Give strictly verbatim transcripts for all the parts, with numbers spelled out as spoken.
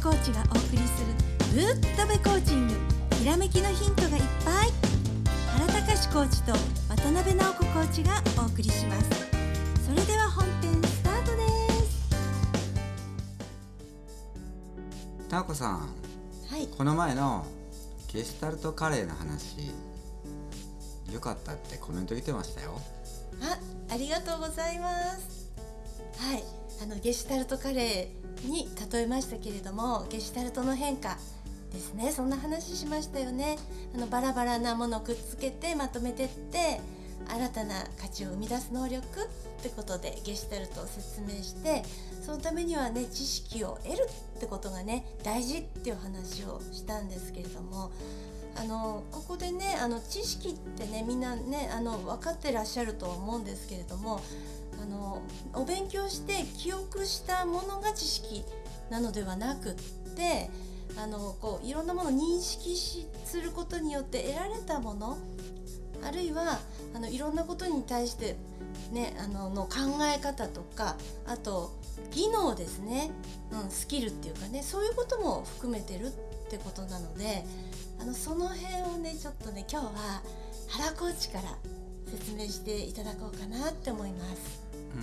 コーチがお送りするぶっとべコーチング、ひらめきのヒントがいっぱい。原隆コーチと渡辺直子コーチがお送りします。それでは本編スタートです。 直子さん、 はい、 この前のゲシュタルトカレーの話良かったってコメント来てましたよ。 あ、ありがとうございます。はい、あのゲシュタルトカレーに例えましたけれども、ゲシュタルトの変化ですね。そんな話しましたよね。あのバラバラなものをくっつけてまとめてって新たな価値を生み出す能力ってことでゲシュタルトを説明して、そのためにはね、知識を得るってことがね大事っていう話をしたんですけれども、あのここでね、あの知識ってね、みんなね、あの分かってらっしゃると思うんですけれども、あのお勉強して記憶したものが知識なのではなくって、あのこういろんなものを認識しすることによって得られたもの、あるいはあのいろんなことに対してね、あのの考え方とか、あと技能ですね、うん、スキルっていうかね、そういうことも含めてるってことなので、あのその辺をねちょっとね今日は原コーチから説明していただこうかなって思います。 うん、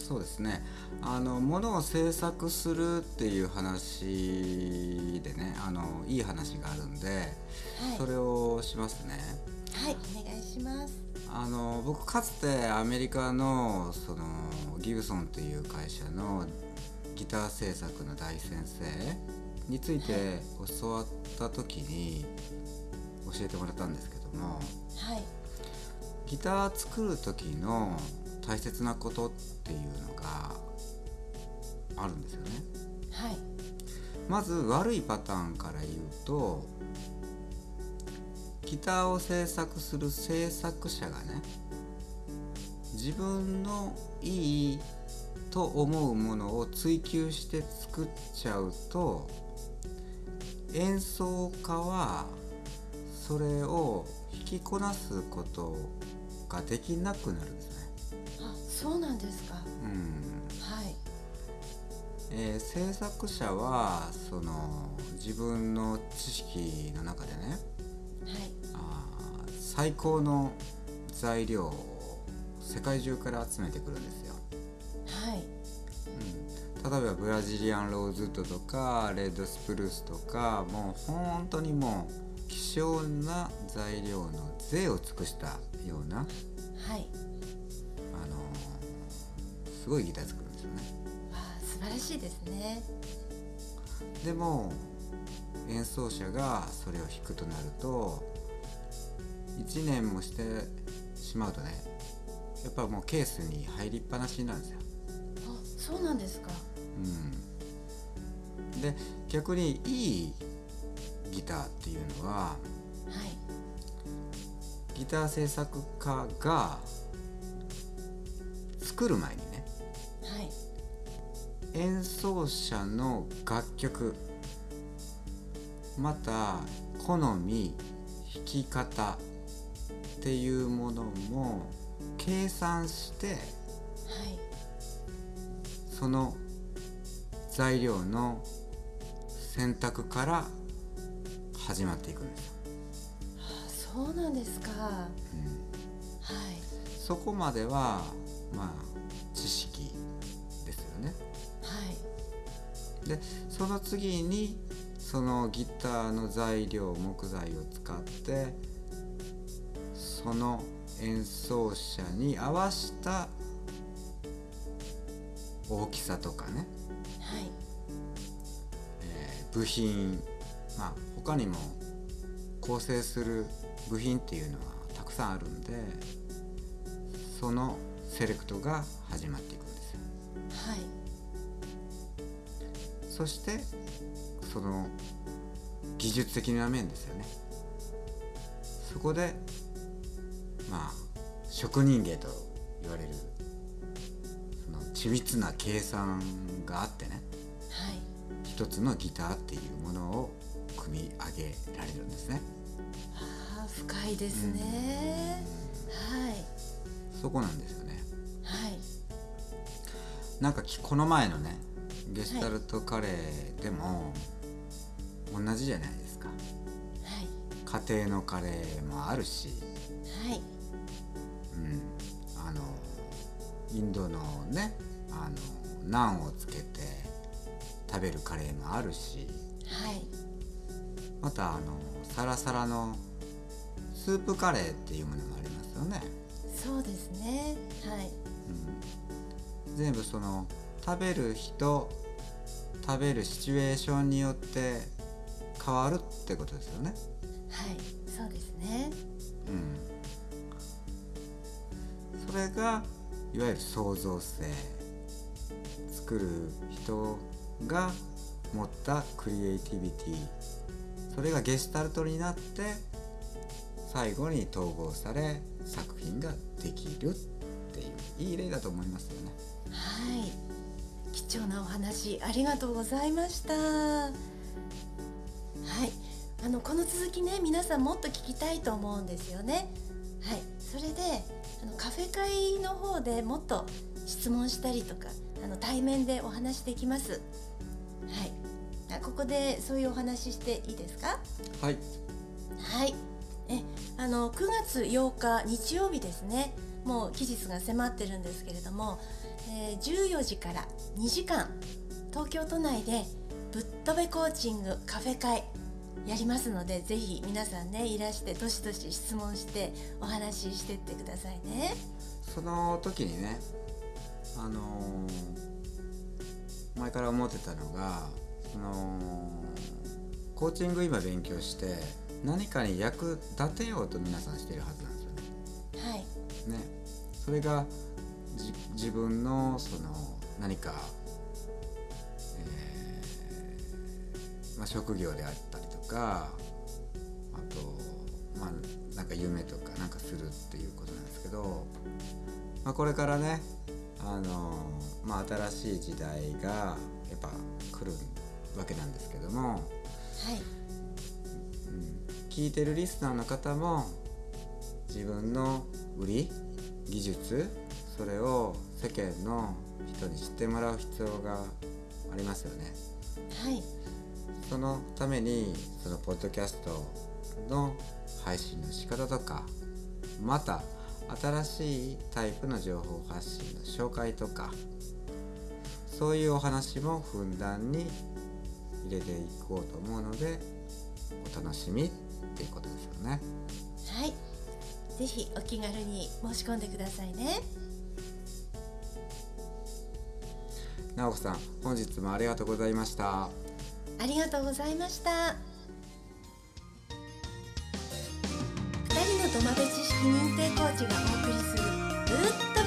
そうですね。あの物を制作するっていう話でね、あのいい話があるんで、はい、それをしますね。 はい、お願いします。 あの僕かつてアメリカのそのギブソンという会社のギター制作の大先生について教わった時に教えてもらったんですけども、 はい、 ギター作る時の大切なことっていうのがあるんですよね。 はい、 まず悪いパターンから言うと、ギターを制作する制作者がね、自分のいいと思うものを追求して作っちゃうと、演奏家はそれを弾きこなすことができなくなるんですね。 あ、そうなんですか。 うん、 はい、 えー、制作者はその自分の知識の中でね、 はい、 あ最高の材料を世界中から集めてくるんですよ。 はい、 うん、例えばブラジリアンローズウッドとかレッドスプルースとか、もう本当にもう希少な材料の贅を尽くしたような、 はい、 あのー、すごいギター作るんですよね。 わあ、素晴らしいですね。 でも演奏者がそれを弾くとなると、いちねんもしてしまうとね、やっぱもうケースに入りっぱなしになるんですよ。 あ、そうなんですか。 うん、で逆にいいギターっていうのは、 はい、 ギター制作家が作る前にね、 はい、 演奏者の楽曲、また好み、弾き方っていうものも計算して、 はい、 その材料の選択から始まっていくんですよ。 あ、そうなんですか。うん、はい、 そこまではまあ知識ですよね。 はい、 でその次にそのギターの材料、木材を使ってその演奏者に合わせた大きさとかね、 はい、 えー、部品、まあ他にも構成する部品っていうのはたくさんあるんで、そのセレクトが始まっていくんですよ。 はい、 そしてその技術的な面ですよね。そこでまあ職人芸と言われるその緻密な計算があってね、 はい、 一つのギターっていうものを組み上げられるんですね。 あ、深いですね。はい、 そこなんですよね。 はい、 なんかこの前のねゲシュタルトカレーでも同じじゃないですか。 はい、 家庭のカレーもあるし、 はい、 うん、あのインドのねあのナンをつけて食べるカレーもあるし、 はい、 またあのサラサラのスープカレーっていうものもありますよね。 そうですね。はい、 うん、全部その食べる人食べるシチュエーションによって変わるってことですよね。 はい、そうですね。 うん、それがいわゆる創造性、作る人が持ったクリエイティビティ、それがゲシュタルトになって最後に統合され作品ができるっていういい例だと思いますよね。 はい、貴重なお話ありがとうございました。はい、あのこの続きね、皆さんもっと聞きたいと思うんですよね。はい、それであのカフェ会の方でもっと質問したりとか、あの対面でお話できます。はい、あここでそういうお話していいですか？ はい。 はい、えあのくがつようか日曜日ですね。もう期日が迫ってるんですけれども、えー、じゅうよじからにじかん東京都内でぶっとべコーチングカフェ会やりますので、ぜひ皆さんねいらしてどしどし質問してお話ししてってくださいね。 その時にね、あのー、前から思ってたのが、そのコーチング今勉強して何かに役立てようと皆さんしてるはずなんですよね。 はい。 ね、それがじ自分のその何か、えーまあ、職業であったりとか、あと、まあ、なんか夢とかなんかするっていうことなんですけど、まあ、これからね、あのまあ、新しい時代がやっぱ来るわけなんですけども、 はい、 うん、聞いてるリスナーの方も自分の売り技術、それを世間の人に知ってもらう必要がありますよね。 はい、 そのためにそのポッドキャストの配信の仕方とか、また新しいタイプの情報発信の紹介とか、そういうお話もふんだんに入れていこうと思うので、お楽しみっていうことですよね。 はい、ぜひお気軽に申し込んでくださいね。 直子さん、本日もありがとうございました。 ありがとうございました。ふたりの土間で知識認定コーチがお送りするぶっと